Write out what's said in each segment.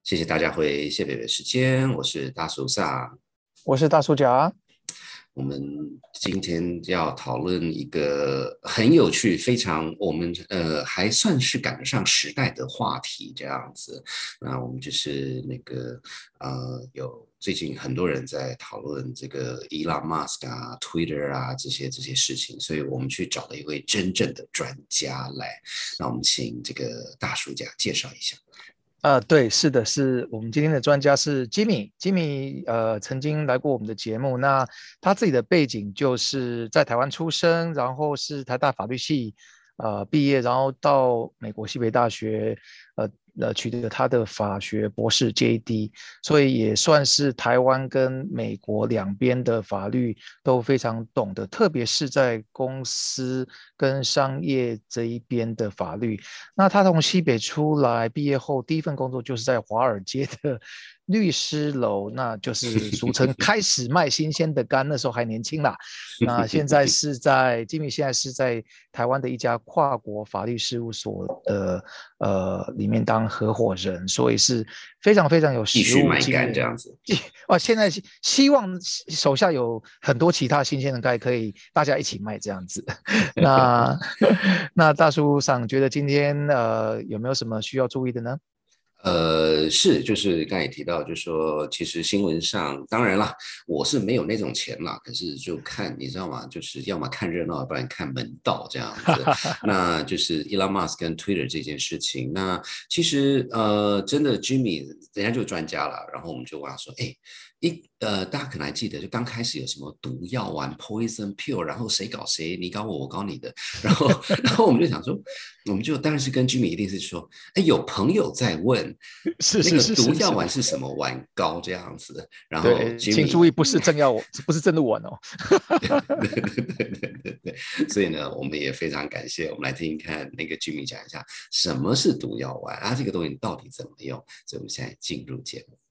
谢谢大家回谢北北时间，我是大叔萨。 我是大叔甲。 我们今天要讨论一个很有趣、非常我们还算是赶得上时代的话题，这样子。那我们就是有最近很多人在讨论这个 Elon Musk 啊、Twitter 啊这些事情，所以我们去找了一位真正的专家来。那我们请这个大叔甲介绍一下。 对，是的，是我们今天的专家是 Jimmy。Jimmy 曾经来过我们的节目。那他自己的背景就是在台湾出生，然后是台大法律系毕业，然后到美国西北大学取得他的法学博士 JD，所以也算是台湾跟美国两边的法律都非常懂得，特别是在公司跟商业这一边的法律。那他从西北出来，毕业后第一份工作就是在华尔街的律师楼，那就是俗称开始卖新鲜的肝，那时候还年轻啦。那现在是在 Jimmy 现在是在台湾的一家跨国法律事务所的里面当合伙人，所以是非常非常有继实务续卖干这经验。 样子。 现在希望手下有很多其他新鲜的钙，可以大家一起卖这样子。那那大叔想觉得今天有没有什么需要注意的呢？ 就是刚才也提到，就是说，其实新闻上，当然啦，我是没有那种钱啦，可是就看，你知道吗？就是要么看热闹，不然看门道这样子。那就是 Elon Musk 跟 Twitter 这件事情，那其实真的 Jimmy 人家就是专家了，然后我们就问他说，哎，大家可能还记得，就刚开始有什么毒药丸 poison pill，然后谁搞谁，你搞我，我搞你的，然后我们就想说，我们就当然是跟 Jimmy 一定是说，哎，有朋友在问是是那个是是是， 毒药丸是什么丸膏这样子，然后对，请注 Jimmy 意，不是正药，不是正露丸哦。 对，所以呢，我们也非常感谢，我们来听听看那个 Jimmy 讲一下什么是毒药丸啊，这个东西到底怎么用，所以我们现在进入节目。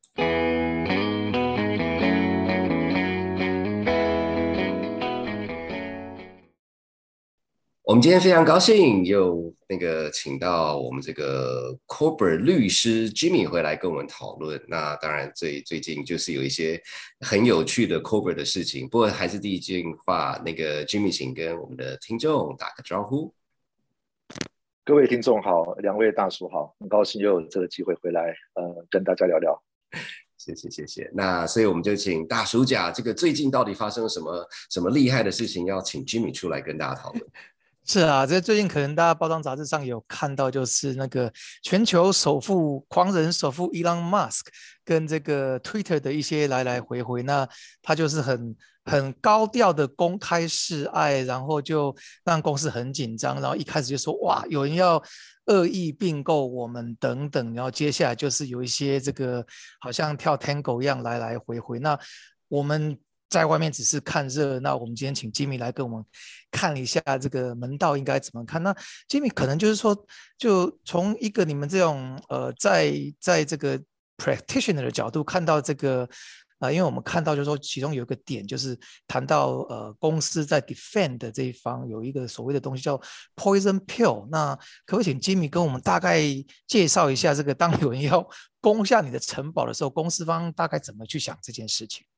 我们今天非常高兴又请到我们这个 Corporate 律师 Jimmy 回来跟我们讨论。那当然最近就是有一些很有趣的 Corporate 的事情，不过还是第一句话，那个 Jimmy 请跟我们的听众打个招呼。 各位听众好，两位大叔好，很高兴又有这个机会回来，跟大家聊聊。 谢谢。那所以我们就请大叔甲，这个最近到底发生了什么厉害的事情，要请 Jimmy 出来跟大家讨论。 是啊，这最近可能大家报章杂志上有看到，就是那个全球狂人首富 Elon Musk 跟这个 Twitter 的一些来来回回，那他就是很高调的公开示爱，然后就让公司很紧张，然后一开始就说哇，有人要恶意并购我们等等，然后接下来就是有一些这个好像跳 Tango 一样来来回回，那我们在外面只是看热闹，我们今天请 Jimmy 来跟我们看一下这个门道应该怎么看。那 Jimmy 可能就是说，就从一个你们这种在这个 practitioner 的角度看到这个。因为我们看到就是说，其中有一个点就是谈到公司在 defend 的这一方有一个所谓的东西叫 poison pill。那可不可以请 Jimmy 跟我们大概介绍一下这个，当有人要攻下你的城堡的时候，公司方大概怎么去想这件事情？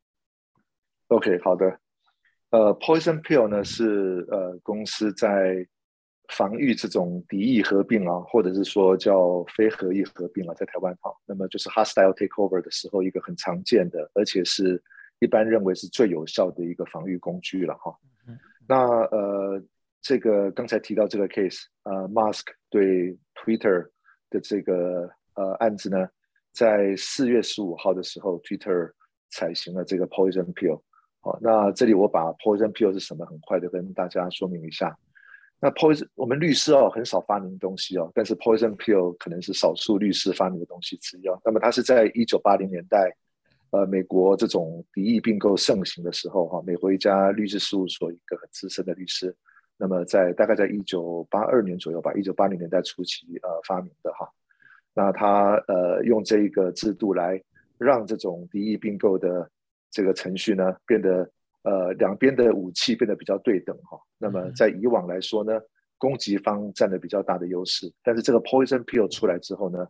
OK，好的。Poison pill 呢是公司在防御这种敌意合并啊，或者是说叫非合意合并啊，在台湾那么就是 hostile takeover 的时候一个很常见的，而且是一般认为是最有效的一个防御工具了哈。那这个刚才提到这个 case，Musk 对 Twitter 的这个案子呢，在4月15号的时候，Twitter 采行了这个 Poison Pill。好，那这里我把 Poison Pill 是什么，很快的跟大家说明一下。那 Poison 我们律师很少发明东西但是 Poison Pill 可能是少数律师发明的东西之一那么它是在1980年代，美国这种敌意并购盛行的时候美国一家律师事务所一个很资深的律师，那么大概在1982年左右吧，1980年代初期发明的那他用这一个制度来让这种敌意并购的这个程序呢变得两边的武器变得比较对等那么在以往来说呢，攻击方占了比较大的优势，但是这个 poison pill 出来之后呢，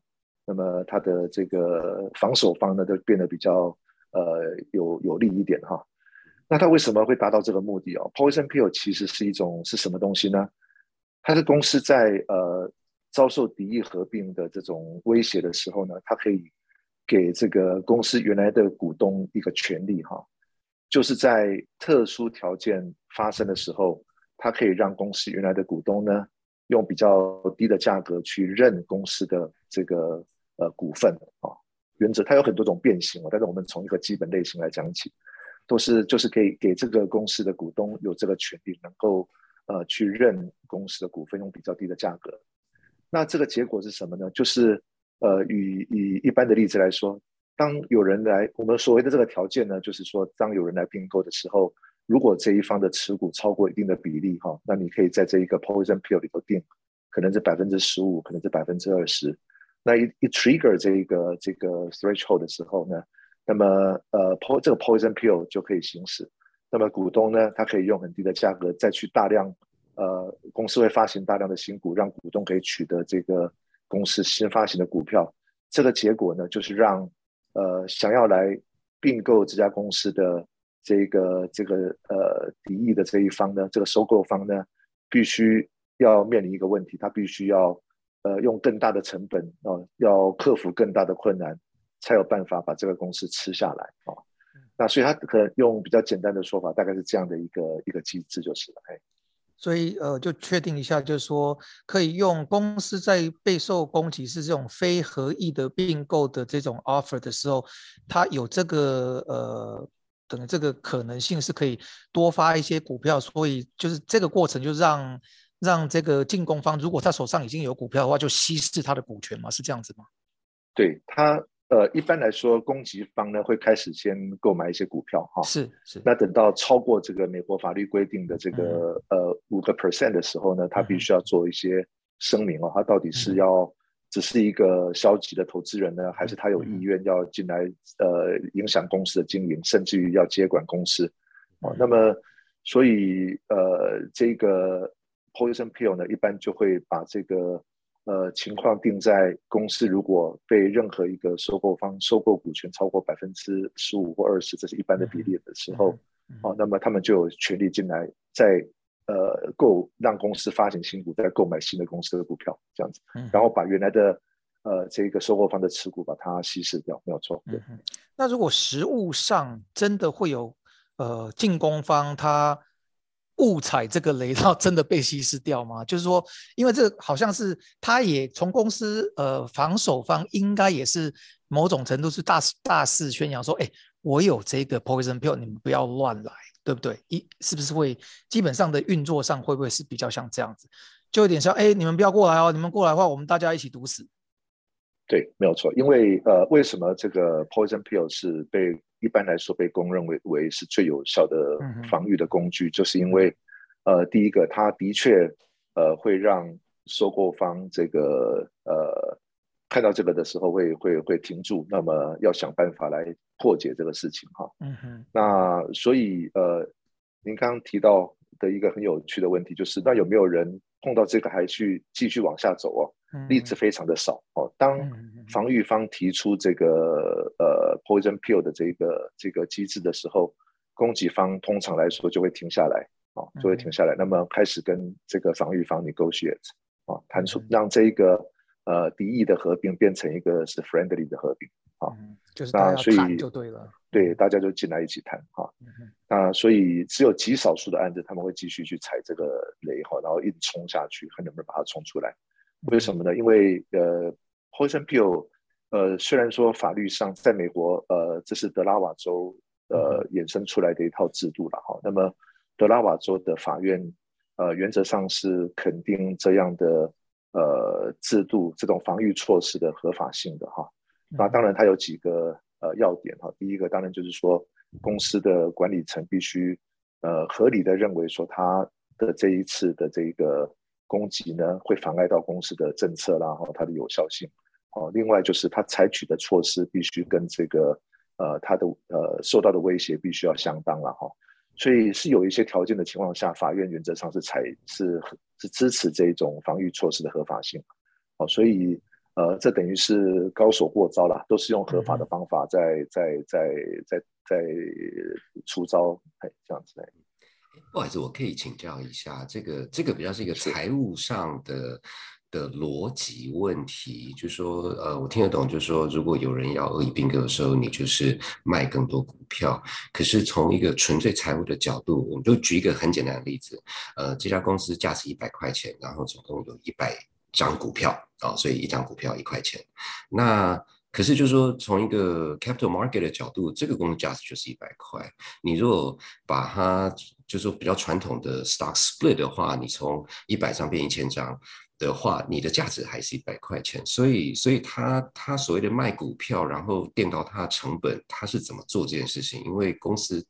那么它的这个防守方呢，就变得比较有利一点哈。那它为什么会达到这个目的哦 ？Poison pill 其实是什么东西呢？它是公司在遭受敌意合并的这种威胁的时候呢，它可以给这个公司原来的股东一个权利哈，就是在特殊条件发生的时候，它可以让公司原来的股东呢，用比较低的价格去认公司的这个股份啊。原则它有很多种变形，但是我们从一个基本类型来讲起，就是可以给这个公司的股东有这个权利，能够去认公司的股份，用比较低的价格。那这个结果是什么呢？就是以一般的例子来说，当有人来，我们所谓的这个条件呢，就是说，当有人来并购的时候，如果这一方的持股超过一定的比例哈，那你可以在这一个 poison pill 里头定，可能是15%，可能是20%。那一 trigger 这个 threshold 的时候呢，那么这个 poison pill 就可以行使。那么股东呢，他可以用很低的价格再去大量公司会发行大量的新股，让股东可以取得这个公司新发行的股票。这个结果呢，就是让想要来并购这家公司的这个敌意的这一方呢，这个收购方呢，必须要面临一个问题，他必须要用更大的成本要克服更大的困难，才有办法把这个公司吃下来啊。那所以他可能用比较简单的说法，大概是这样的一个机制就是了。 所以就确定一下，就是说可以用公司在备受攻击是这种非合意的并购的这种 offer 的时候，它有这个等这个可能性是可以多发一些股票，所以就是这个过程就让这个进攻方如果他手上已经有股票的话，就稀释他的股权嘛，是这样子吗？ 对，他一般来说，攻击方呢会开始先购买一些股票哈， 是。 那等到超过这个美国法律规定的这个5% 的时候呢，他必须要做一些声明哦，他到底是要只是一个消极的投资人呢，还是他有意愿要进来影响公司的经营，甚至于要接管公司哦。那么所以这个 poison pill 呢，一般就会把这个情况定在公司如果被任何一个收购方收购股权超过15%或20%，这是一般的比例的时候，那么他们就有权利进来，再让公司发行新股，再购买新的公司的股票，这样子，然后把原来的这个收购方的持股把它稀释掉，没有错。对。 那如果实务上真的会有进攻方他误踩这个雷，然后真的被稀释掉吗？就是说，因为这个好像是他也从公司防守方应该也是某种程度是大肆宣扬说，哎，我有这个 poison pill， 你们不要乱来，对不对？是不是会基本上的运作上会不会是比较像这样子？就有点像，哎，你们不要过来哦，你们过来的话，我们大家一起毒死。 对，没有错。因为为什么这个 poison pill 是一般来说被公认为是最有效的防御的工具，就是因为第一个，它的确会让收购方这个看到这个的时候会停住，那么要想办法来破解这个事情哈。那所以您刚刚提到的一个很有趣的问题就是，那有没有人碰到这个还去继续往下走哦？例子非常的少哦。当防御方提出这个poison pill 的这个机制的时候，攻击方通常来说就会停下来哦，就会停下来，那么开始跟这个防御方 negotiate 哦，谈出让这一个敌意的合并变成一个是 friendly 的合并啊， 就是大家谈就对了。 对，大家就进来一起谈哈。那所以只有极少数的案子他们会继续去踩这个雷哈，然后一直冲下去，看能不能把它冲出来。为什么呢？因为poison pill 虽然说法律上在美国这是德拉瓦州衍生出来的一套制度了哈。那么德拉瓦州的法院原则上是肯定这样的制度这种防御措施的合法性的哈。那当然它有几个要点哈。第一个当然就是说公司的管理层必须合理的认为说他的这一次的这个攻击呢会妨碍到公司的政策啦，它的有效性。另外就是他采取的措施必须跟这个他的受到的威胁必须要相当啦哈。所以是有一些条件的情况下，法院原则上是支持这种防御措施的合法性。所以这等于是高手过招啦，都是用合法的方法在出招，这样子。 不好意思，我可以请教一下，这个比较是一个财务上的逻辑问题，就是说，我听得懂，就是说，如果有人要恶意并购的时候，你就是卖更多股票。可是从一个纯粹财务的角度，我们就举一个很简单的例子，这家公司价值100块钱，然后总共有100张股票啊，所以一张股票1块钱。那可是就是说，从一个 capital market 的角度，这个公司价值就是100块。你如果把它就是说比较传统的 stock split 的话，你从100张变1000张的话，你的价值还是100块钱。所以他所谓的卖股票，然后垫高它的成本，他是怎么做这件事情？因为公司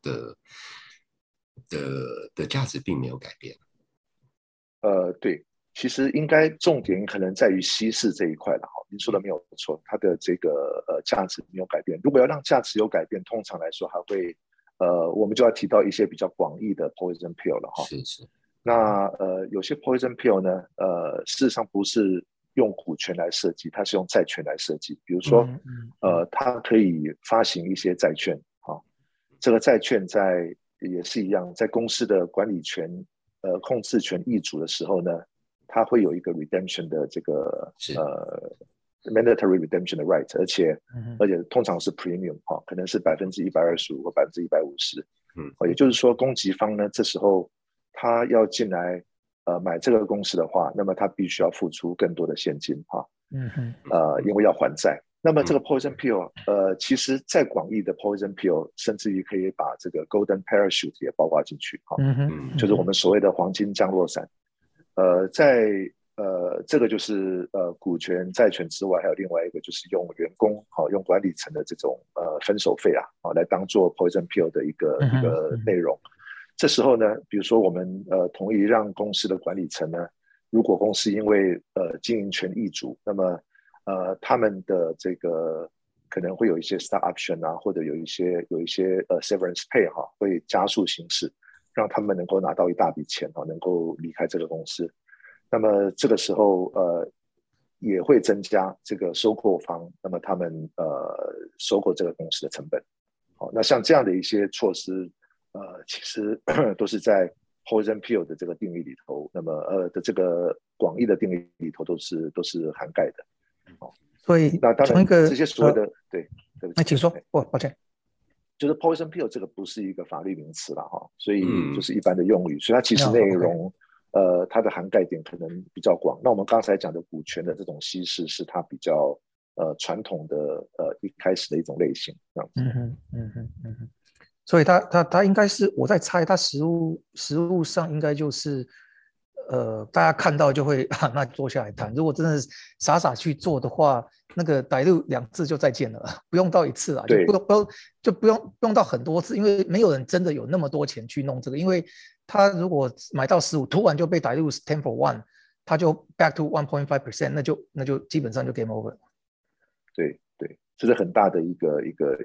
的价值并没有改变。 对，其实应该重点可能在于稀释这一块了哈。您说的没有错，它的这个价值没有改变。如果要让价值有改变，通常来说还会我们就要提到一些比较广义的 poison pill 了哈。 是。 那有些 poison pill 呢，事实上不是用股权来设计，它是用债权来设计。比如说，它可以发行一些债券啊，这个债券也是一样，在公司的管理权、控制权易主的时候呢，它会有一个 redemption 的这个mandatory redemption 的 right， 而且通常是 premium 哈，可能是125%或150%。也就是说，攻击方呢，这时候他要进来买这个公司的话，那么他必须要付出更多的现金哈，因为要还债。那么这个 poison pill，其实再广义的 poison pill， 甚至于可以把这个 golden parachute 也包括进去哈，就是我们所谓的黄金降落伞。这个就是股权债权之外，还有另外一个就是用员工用管理层的这种分手费来当做 poison pill 的一个内容。这时候呢，比如说我们同意让公司的管理层呢，如果公司因为经营权易主，那么他们的这个可能会有一些 stock option 啊，或者有一些severance pay 会加速行事，让他们能够拿到一大笔钱能够离开这个公司。那么这个时候也会增加这个收购方，那么他们收购这个公司的成本。那像这样的一些措施，其实都是在 poison pill 的这个定义里头，那么的这个广义的定义里头都是涵盖的。 所以那当然这些所谓的对， 那请说，抱歉。 就是 poison pill 这个不是一个法律名词了哈，所以就是一般的用语，所以它其实内容它的涵盖点可能比较广。那我们刚才讲的股权的这种稀释是它比较传统的一开始的一种类型，这样子。 所以它应该是我在猜，它实务上应该就是大家看到就会那坐下来谈。如果真的傻去做的话，那个dilute 2次就再见了，不用到1次啦，就不用到很多次，因为没有人真的有那么多钱去弄这个。因为他如果买到15，突然就被dilute 10 for 1，他就 back to 1.5%， 那就基本上就 game over。 对，这是很大的一个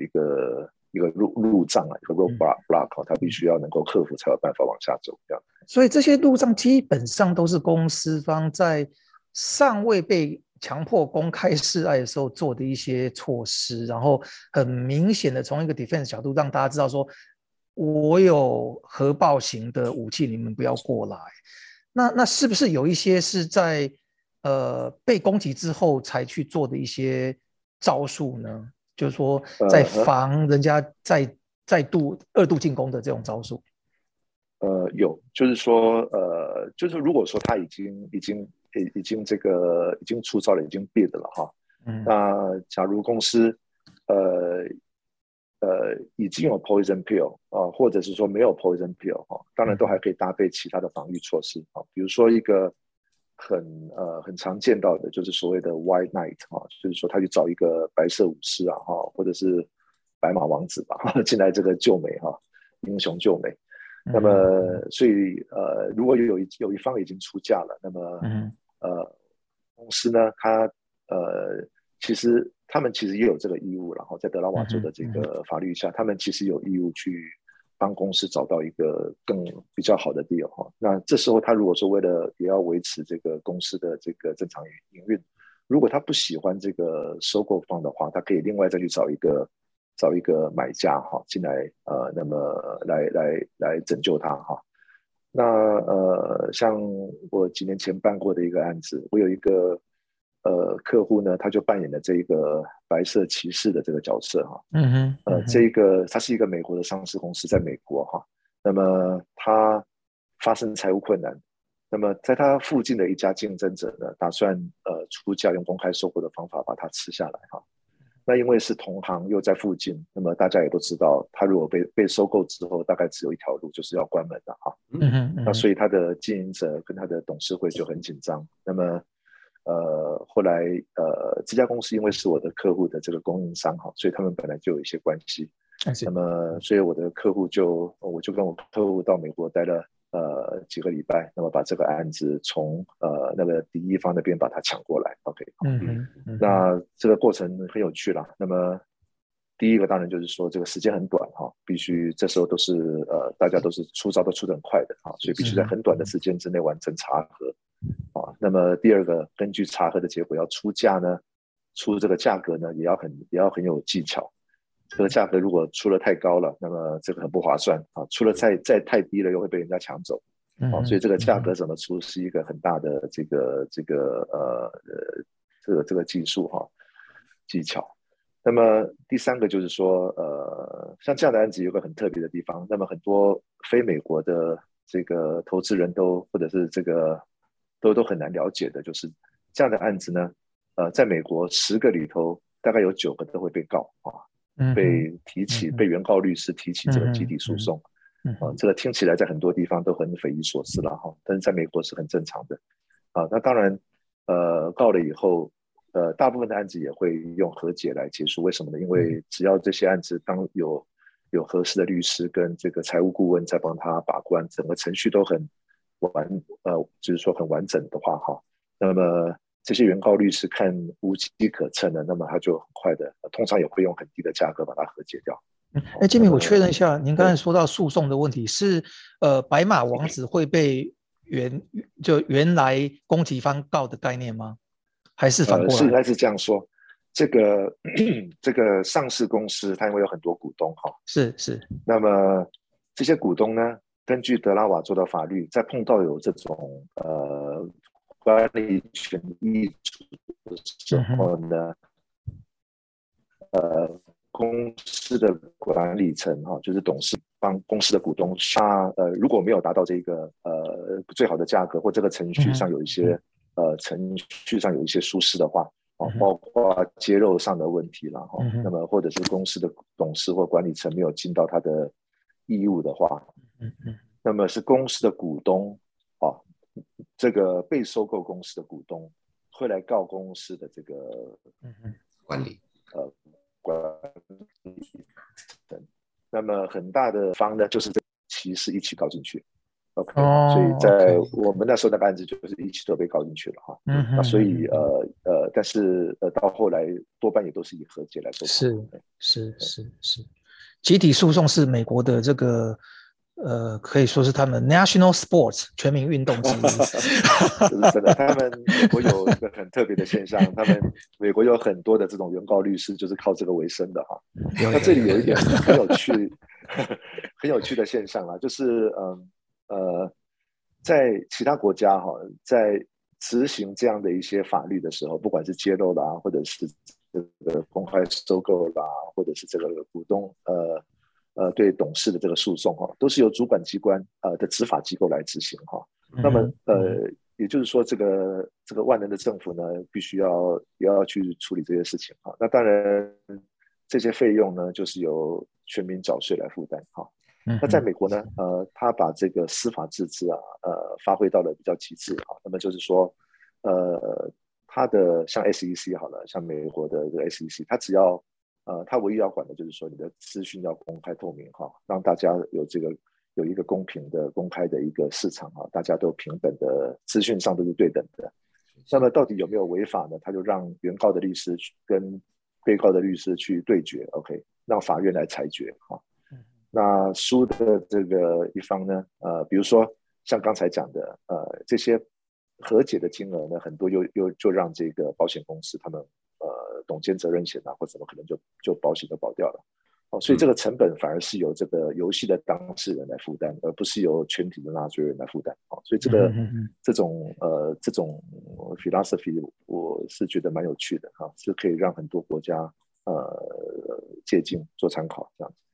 路障啊，一个 roadblock，它必须要能够克服才有办法往下走这样。 所以这些路障基本上都是公司方在尚未被强迫公开示爱的时候做的一些措施，然后很明显的从一个 defense 角度让大家知道说，我有核爆型的武器，你们不要过来。那是不是有一些是在被攻击之后才去做的一些招数呢？就是说在防人家再度2度进攻的这种招数。 有，就是说就是如果说他已经出招了，已经 bid 了哈，那假如公司已经有 poison pill 或者是说没有 poison pill 当然都还可以搭配其他的防御措施比如说一个很常见到的就是所谓的 white knight 就是说他去找一个白色武士或者是白马王子吧进来这个救美英雄救美。那么所以如果有一方已经出价了，那么公司呢他们其实也有这个义务，然后在德拉瓦州的这个法律下，他们其实有义务去帮公司找到一个比较好的 deal 那这时候他如果说为了也要维持这个公司的这个正常营运， 如果他不喜欢这个收购方的话，他可以另外再去找一个买家哈进来，那么来拯救他哈。那像我几年前办过的一个案子，我有一个客户呢，他就扮演了这个白色骑士的这个角色哈。这个它是一个美国的上市公司，在美国哈。那么他发生财务困难，那么在他附近的一家竞争者呢，打算出价用公开收购的方法把它吃下来哈。那因为是同行又在附近，那么大家也都知道，他如果被收购之后，大概只有一条路，就是要关门的哈。那所以他的经营者跟他的董事会就很紧张。那么后来这家公司因为是我的客户的这个供应商哈，所以他们本来就有一些关系。那么所以我的客户我就跟我客户到美国待了几个礼拜，那么把这个案子从那个敌一方那边把它抢过来 ，OK， 那这个过程很有趣啦。那么第一个当然就是说这个时间很短哈，必须这时候都是大家都是出招都出得很快的哈，所以必须在很短的时间之内完成查核啊。那么第二个，根据查核的结果要出价呢，出这个价格呢也要很有技巧。这个价格如果出了太高了，那么这个很不划算啊；出了再太低了，又会被人家抢走啊。所以这个价格怎么出是一个很大的这个技术哈技巧。那么第三个就是说，像这样的案子有个很特别的地方，那么很多非美国的这个投资人或者是这个都很难了解的，就是这样的案子呢，在美国10个里头大概有9个都会被告啊。被原告律师提起这个集体诉讼，这个听起来在很多地方都很匪夷所思了哈，但是在美国是很正常的啊。那当然，告了以后，大部分的案子也会用和解来结束。为什么呢？因为只要这些案子当有合适的律师跟这个财务顾问在帮他把关，整个程序都很就是说很完整的话哈，那么这些原告律师看无机可乘的，那么他就很快的，通常也会用很低的价格把它和解掉。 金明，我确认一下，您刚才说到诉讼的问题是，白马王子会被原来攻击方告的概念吗？还是反过来？ 应该是这样说。这个上市公司它因为有很多股东哈， 是。 那么这些股东呢，根据德拉瓦州的法律，在碰到有这种管理权益的时候呢，公司的管理层哈，就是董事帮公司的股东，他如果没有达到这个最好的价格，或这个程序上有一些疏失的话，包括揭露上的问题了哈，那么或者是公司的董事或管理层没有尽到他的义务的话，那么是公司的股东这个被收购公司的股东会来告公司的这个管理层，那么很大的方呢就是这骑士一起告进去 ，OK，所以在我们那时候那个案子就是一起都被告进去了哈，那所以但是到后来多半也都是以和解来收场。 是，集体诉讼是美国的这个。可以说是他们 national sports 全民运动之一。 这是真的。他们美国有一个很特别的现象，他们美国有很多的这种原告律师就是靠这个为生的哈。那这里有一点很有趣的现象啊，就是在其他国家哈，在执行这样的一些法律的时候，不管是揭露啦，或者是这个公开收购啦，或者是这个股东对董事的这个诉讼哈，都是由主管机关的执法机构来执行哈。那么也就是说，这个万能的政府呢，必须也要去处理这些事情哈。那当然，这些费用呢，就是由全民缴税来负担哈。那在美国呢，他把这个司法自治发挥到了比较极致哈。那么就是说，他的像 SEC 好了，像美国的这个 SEC， 他只要他唯一要管的就是说你的资讯要公开透明哈，让大家有一个公平的公开的一个市场哈，大家都平等的资讯上都是对等的。那么到底有没有违法呢？他就让原告的律师跟被告的律师去对决 ，OK， 让法院来裁决哈。那输的这个一方呢，比如说像刚才讲的，这些和解的金额呢，很多又就让这个保险公司他们董监责任险啊或什么可能就保险都保掉了。所以这个成本反而是由这个游戏的当事人来负担，而不是由全体的纳税人来负担。所以这种philosophy 我是觉得蛮有趣的是可以让很多国家借鉴做参考这样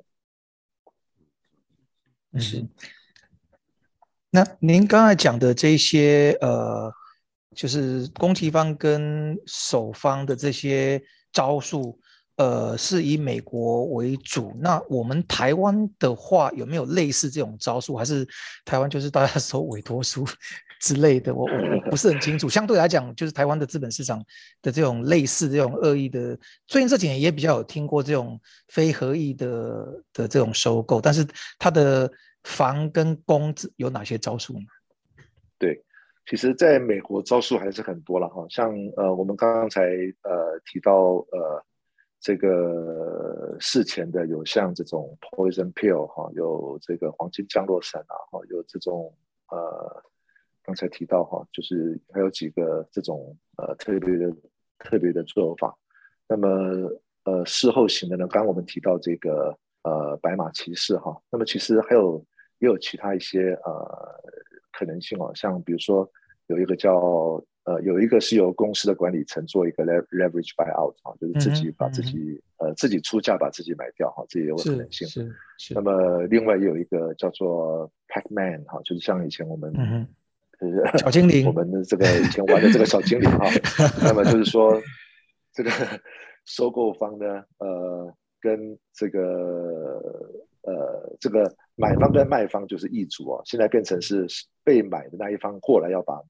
子。是。那您刚才讲的这些就是攻击方跟守方的这些招数，是以美国为主。那我们台湾的话，有没有类似这种招数？还是台湾就是大家收委托书之类的？我不是很清楚。相对来讲，就是台湾的资本市场的这种类似这种恶意的，最近这几年也比较有听过这种非合意的这种收购，但是它的防跟攻有哪些招数呢？ 对，其实在美国招数还是很多了像我们刚才提到这个事前的有像这种 poison pill 有这个黄金降落伞有这种刚才提到就是还有几个这种特别的做法。那么事后型的呢，刚刚我们提到这个白马骑士那么其实也有其他一些可能性像比如说有一个是由公司的管理层做一个 leverage buyout 就是自己把自己出价把自己买掉这也有可能性。是。那么另外也有一个叫做 Pac-Man 就是像以前我们小精灵， 我们的这个以前玩的这个小精灵那么就是说这个收购方呢跟这个买方跟卖方就是易主现在变成是被买的那一方过来要把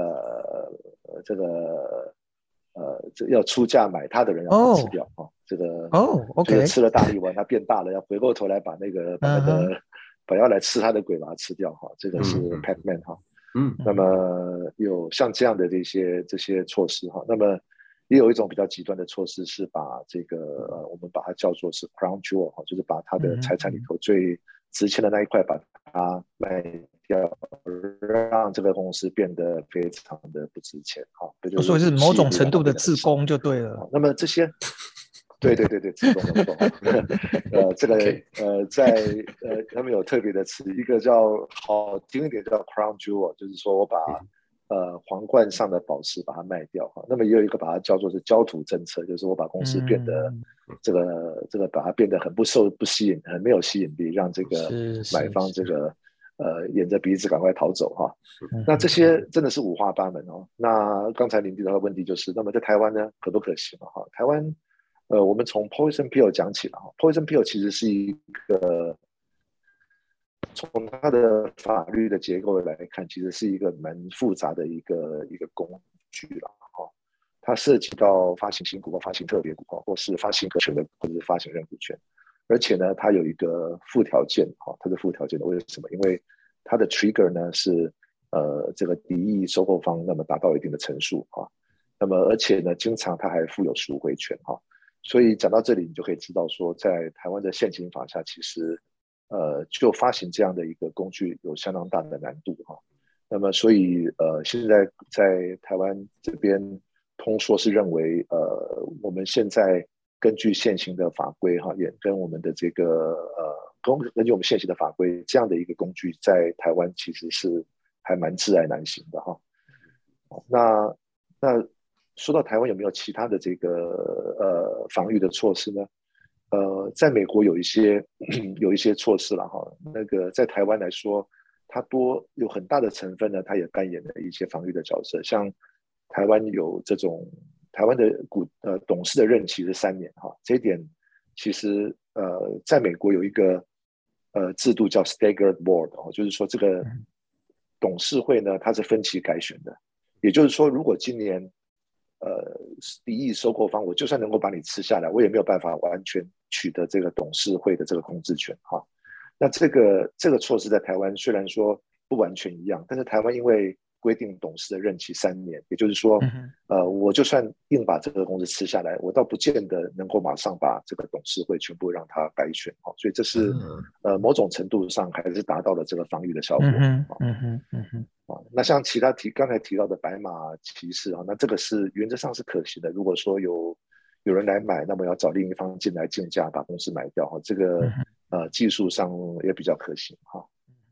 这要出价买它的人要吃掉这个就是吃了大力丸它变大了，要回过头来把要来吃它的鬼把它吃掉这个是 Pac-Man 那么有像这样的这些措施那么也有一种比较极端的措施是把这个我们把它叫做是 crown jewel 就是把它的财产里头最值钱的那一块把它卖掉，让这个公司变得非常的不值钱所以是某种程度的自攻就对了。 那么这些对，自攻这个在他们有特别的词，一个叫好听一点叫 crown jewel， 就是说我把皇冠上的宝石把它卖掉那么也有一个把它叫做是焦土政策，就是我把公司变得这个把它变得很不吸引，很没有吸引力，让这个买方这个沿着鼻子赶快逃走那这些真的是五花八门那刚才您提到的问题就是，那么在台湾呢可不可行台湾我们从 poison pill 讲起了poison pill 其实是一个从它的法律的结构来看，其实是一个蛮复杂的一个工具了它涉及到发行新股发行特别股或是发行可选的或者是发行认股权，而且呢它有一个附条件它是附条件的，为什么？因为它的 trigger 呢是这个敌意收购方那么达到一定的层数那么而且呢经常它还附有赎回权所以讲到这里你就可以知道说，在台湾的现行法下，其实就发行这样的一个工具有相当大的难度那么所以现在在台湾这边通说是认为我们现在根据现行的法规也跟我们的这个根据我们现行的法规，这样的一个工具在台湾其实是还蛮窒碍难行的那说到台湾有没有其他的这个防御的措施呢？在美国有一些措施了那个在台湾来说，它有很大的成分呢，它也扮演了一些防御的角色。像台湾有这种台湾的董事的任期是3年这一点其实在美国有一个制度叫 staggered board 就是说这个董事会呢它是分期改选的，也就是说如果今年敌意收购方我就算能够把你吃下来，我也没有办法完全取得这个董事会的这个控制权那这个措施在台湾虽然说不完全一样，但是台湾因为规定董事的任期3年，也就是说我就算硬把这个公司吃下来，我倒不见得能够马上把这个董事会全部让它改选所以这是某种程度上还是达到了这个防御的效果那像刚才提到的白马骑士啊，那这个是原则上是可行的。如果说有人来买，那么要找另一方进来竞价把公司买掉哈，这个技术上也比较可行哈。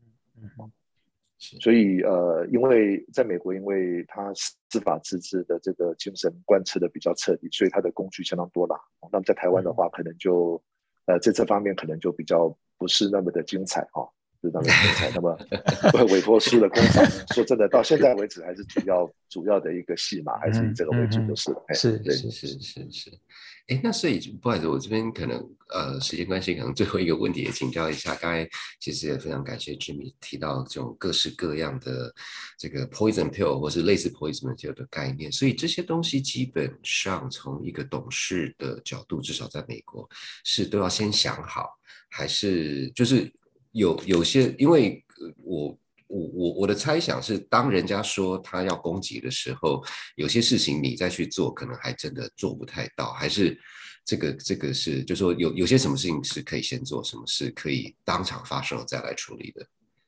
所以因为在美国，因为它司法自治的这个精神贯彻的比较彻底，所以它的工具相当多啦。那么在台湾的话，可能就在这方面可能就比较不是那么的精彩哈。那么委托书的工厂，说真的，到现在为止还是主要的一个戏码，还是以这个为主就是了。 是。那所以不好意思，我这边可能时间关系，可能最后一个问题也请教一下。刚才其实也非常感谢 Jimmy 提到这种各式各样的这个 poison pill 或是类似 poison pill 的概念，所以这些东西基本上从一个董事的角度，至少在美国是都要先想好，还是就是有些，因为我的猜想是，当人家说他要攻击的时候，有些事情你再去做，可能还真的做不太到，还是这个是，就说有些什么事情是可以先做，什么是可以当场发生了再来处理的。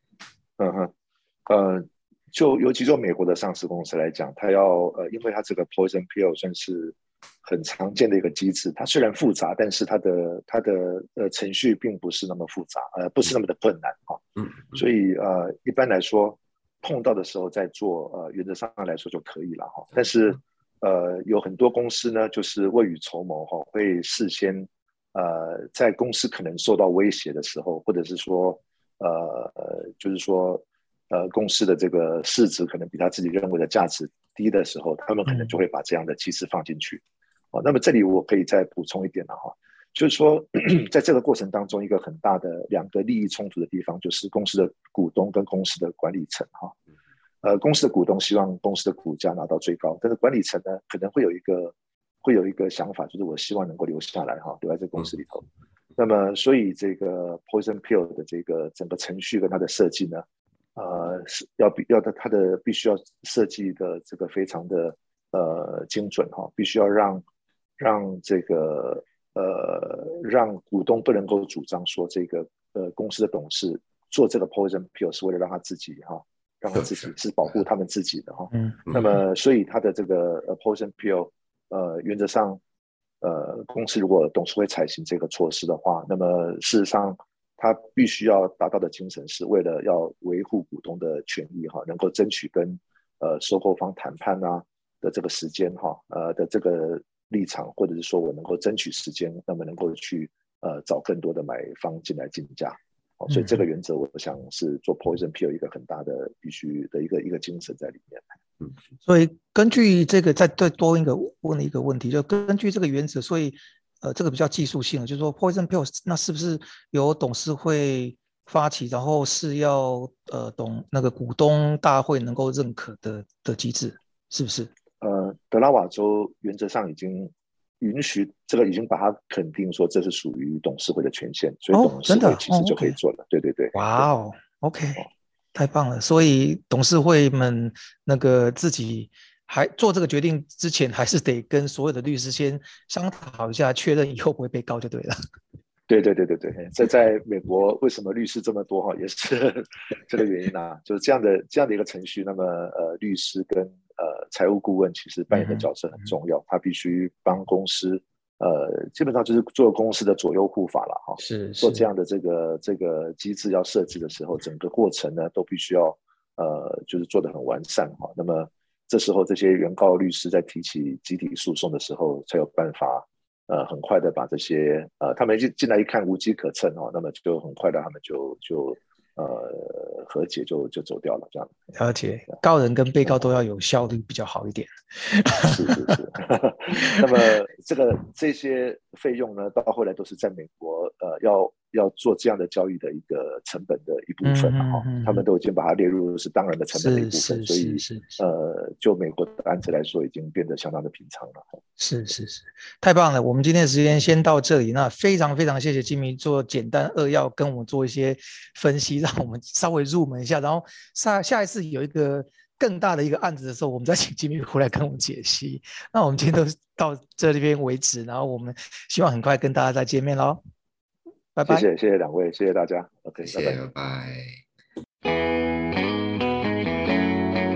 就尤其就美国的上市公司来讲，它要因为它这个 poison pill 算是很常见的一个机制，它虽然复杂，但是它的程序并不是那么复杂，不是那么的困难哈。所以一般来说碰到的时候再做，原则上来说就可以了哈。但是有很多公司呢，就是未雨绸缪哈，会事先在公司可能受到威胁的时候，或者是说就是说公司的这个市值可能比他自己认为的价值低的时候，他们可能就会把这样的机制放进去。那么这里我可以再补充一点了哈，就是说在这个过程当中，一个很大的两个利益冲突的地方，就是公司的股东跟公司的管理层哈。公司的股东希望公司的股价拿到最高，但是管理层呢可能会有一个想法，就是我希望能够留下来哈，留在这个公司里头。那么所以这个 poison pill 的这个整个程序跟它的设计呢，它的必须要设计的这个非常的精准哈，必须要让这个让股东不能够主张说这个公司的董事做这个 poison pill 是为了让他自己哈，让他自己是保护他们自己的哈。那么所以他的这个poison pill 原则上公司如果董事会采行这个措施的话，那么事实上他必须要达到的精神是为了要维护股东的权益哈，能够争取跟收购方谈判啊的这个时间哈，的这个立场，或者是说我能够争取时间，那么能够去找更多的买方进来竞价。所以这个原则我想是做 poison pill 一个很大的必须的一个精神在里面。 所以根据这个再多问一个问题，就根据这个原则，所以这个比较技术性的，就是说 poison pill 那是不是由董事会发起，然后是要那个股东大会能够认可的机制，是不是？ 德拉瓦州原则上已经允许这个，已经把它肯定说这是属于董事会的权限，所以董事会其实就可以做了。对对对。 哇哦 ，OK，太棒了！所以董事会们那个自己还做这个决定之前，还是得跟所有的律师先商讨一下，确认以后不会被告就对了。 对，这在美国为什么律师这么多哈，也是这个原因啊，就是这样的一个程序。那么律师跟财务顾问其实扮演的角色很重要，他必须帮公司基本上就是做公司的左右护法了哈。 是做这样的这个机制要设置的时候，整个过程呢都必须要就是做得很完善哈。那么这时候这些原告律师在提起集体诉讼的时候，才有办法很快的把这些他们进来一看无机可乘哦，那么就很快的他们就和解就走掉了这样。 了解，告人跟被告都要有效率比较好一点。 是。那么这些费用呢，到后来都是在美国要做这样的交易的一个成本的一部分哈，他们都已经把它列入是当然的成本的一部分，所以就美国的案子来说，已经变得相当的平常了。 是，太棒了！我们今天的时间先到这里，那非常谢谢金明做简单扼要跟我们做一些分析，让我们稍微入门一下，然后下一次有一个更大的一个案子的时候，我们再请金明回来跟我们解析。那我们今天都到这边为止，然后我们希望很快跟大家再见面咯。拜拜。 谢谢两位，谢谢大家。OK， 拜拜。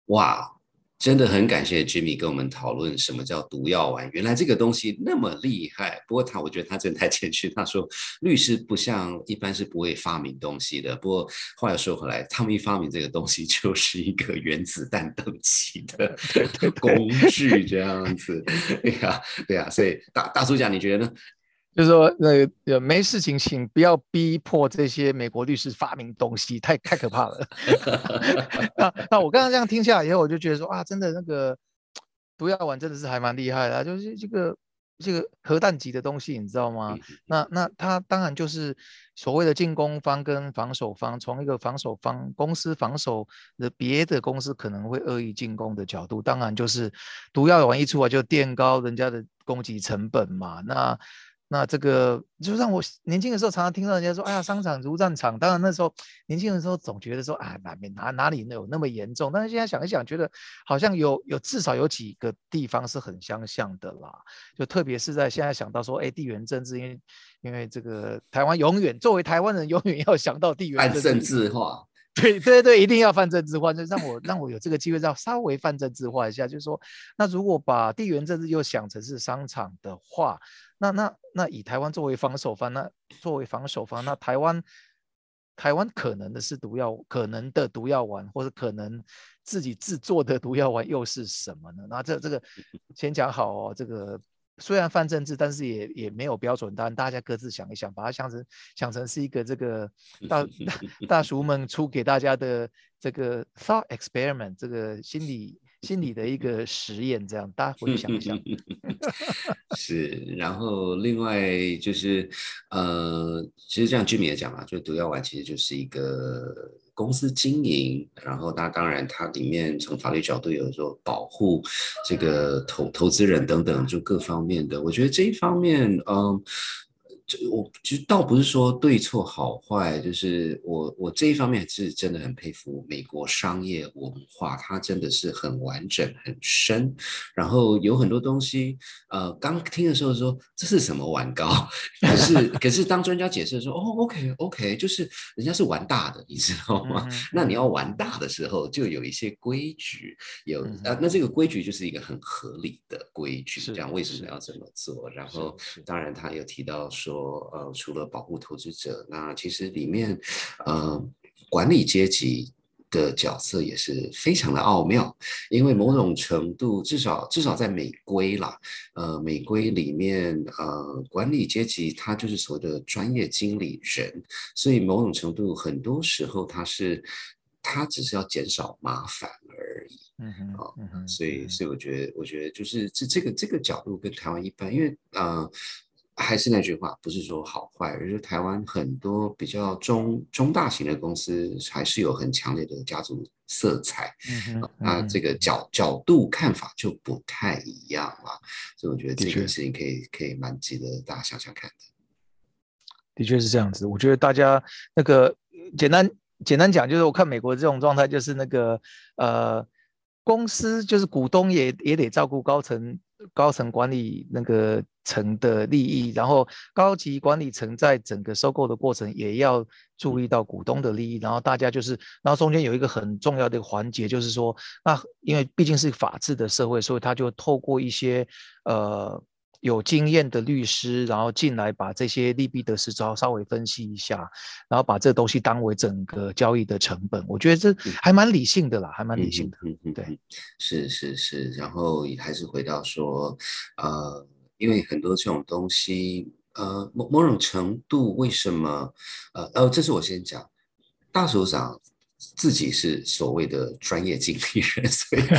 哇，真的很感谢 Jimmy 跟我们讨论什么叫毒药丸，原来这个东西那么厉害。不过我觉得他真的太谦虚，他说律师不像一般是不会发明东西的。不过话又说回来，他们一发明这个东西就是一个原子弹等级的工具，这样子。对呀，对呀，所以大叔讲，你觉得呢？ 就是说，没事情，请不要逼迫这些美国律师发明东西，太可怕了。那我刚刚这样听下来以后，我就觉得说啊，真的那个毒药丸真的是还蛮厉害的啊，就是这个核弹级的东西，你知道吗？那它当然就是所谓的进攻方跟防守方，从一个防守方公司防守的别的公司可能会恶意进攻的角度，当然就是毒药丸一出来就垫高人家的攻击成本嘛。那这个就让我年轻的时候常常听到人家说，哎呀，商场如战场。当然那时候年轻的时候总觉得说，哎，哪里有那么严重？但是现在想一想，觉得好像至少有几个地方是很相像的啦。就特别是在现在想到说，哎，地缘政治，因为这个台湾作为台湾人永远要想到地缘政治， 政治化。 对，一定要泛政治化，就让我有这个机会，要稍微泛政治化一下，就是说，那如果把地缘政治又想成是商场的话，那以台湾作为防守方，那台湾可能的毒药丸，或者可能自己制作的毒药丸又是什么呢？那这个先讲好哦，这个虽然泛政治，但是也没有标准答案，大家各自想一想，把它想成是一个这个大叔们出给大家的这个 thought experiment， 这个心理的一个实验，这样大家回去想一想。 是，然后另外就是，其实这样居民也讲嘛，就毒药丸其实就是一个公司经营，然后那当然它里面从法律角度有说保护这个投资人等等，就各方面的，我觉得这一方面，我其实倒不是说对错好坏，就是我这一方面是真的很佩服美国商业文化，它真的是很完整很深，然后有很多东西，刚听的时候说这是什么玩高，可是当专家解释的时候，哦，OK，就是人家是玩大的，你知道吗？那你要玩大的时候，就有一些规矩，那这个规矩就是一个很合理的规矩，这样为什么要这么做？然后当然他有提到说，除了保护投资者，那其实里面管理阶级的角色也是非常的奥妙，因为某种程度，至少在美规啦，美规里面，管理阶级他就是所谓的专业经理人，所以某种程度很多时候他只是要减少麻烦而已。所以我觉得就是这个角度跟台湾一般，因为还是那句话，不是说好坏，而是台湾很多比较中大型的公司还是有很强烈的家族色彩，那这个角度看法就不太一样了，所以我觉得这个事情可以蛮值得大家想想看的。 的确是这样子，我觉得大家那个简单讲，就是我看美国这种状态，就是那个公司就是股东也得照顾高层管理那个层的利益，然后高级管理层在整个收购的过程也要注意到股东的利益，然后大家就是，然后中间有一个很重要的环节，就是说，那因为毕竟是法治的社会，所以他就透过一些有经验的律师，然后进来把这些利弊得失稍微分析一下，然后把这东西当为整个交易的成本。我觉得这还蛮理性的啦，还蛮理性的。对， 是，然后还是回到说，因为很多这种东西，某种程度为什么，这是我先讲，大首长自己是所谓的专业经理人，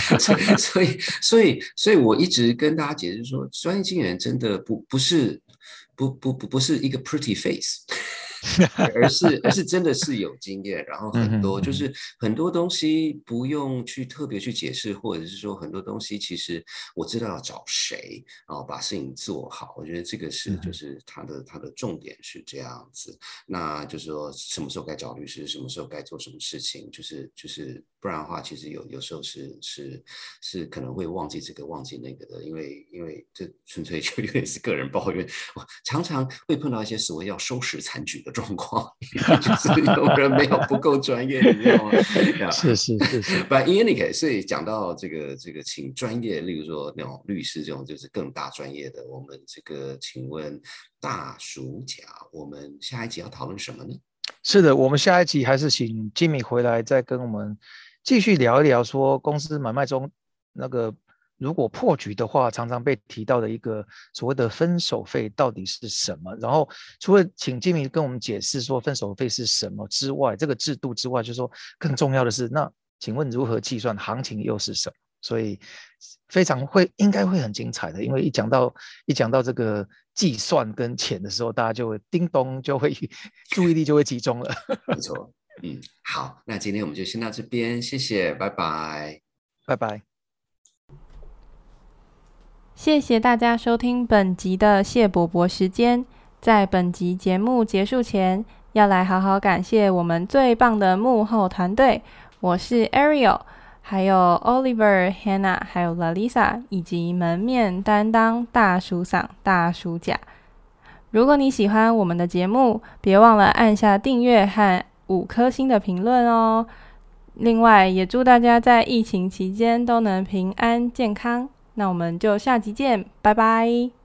所以我一直跟大家解释说，专业经理人真的不是一个 pretty face。而是真的是有经验，然后很多就是很多东西不用去特别去解释，或者是说很多东西其实我知道要找谁，然后把事情做好。我觉得这个是就是他的重点是这样子。那就是说什么时候该找律师，什么时候该做什么事情，就是不然的话，其实有时候是可能会忘记这个忘记那个的，因为这纯粹就有点是个人抱怨，我常常会碰到一些所谓要收拾残局的状况，就是有人没有不够专业，你知道吗？ 是是是是。 But in any case，所以讲到这个请专业，例如说那种律师这种就是更大专业的，我们这个请问大叔甲，我们下一集要讨论什么呢？ 是的，我们下一集还是请 Jimmy 回来再跟我们继续聊一聊，说公司买卖中那个如果破局的话，常常被提到的一个所谓的分手费到底是什么。然后除了请 Jimmy 跟我们解释说分手费是什么之外，这个制度之外，就是说更重要的是，那请问如何计算，行情又是什么？所以应该会很精彩的，因为一讲到这个计算跟钱的时候，大家就会叮咚就会注意力就会集中了。 没错，好，那今天我们就先到这边，谢谢，拜拜， 拜拜。 谢谢大家收听本集的谢伯伯时间。在本集节目结束前，要来好好感谢我们最棒的幕后团队，我是 Ariel。还有 Oliver、Hannah 还有 Lalisa 以及门面担当大叔嗓大叔甲。如果你喜欢我们的节目，别忘了按下订阅和5颗星的评论哦。另外也祝大家在疫情期间都能平安健康。那我们就下集见，拜拜。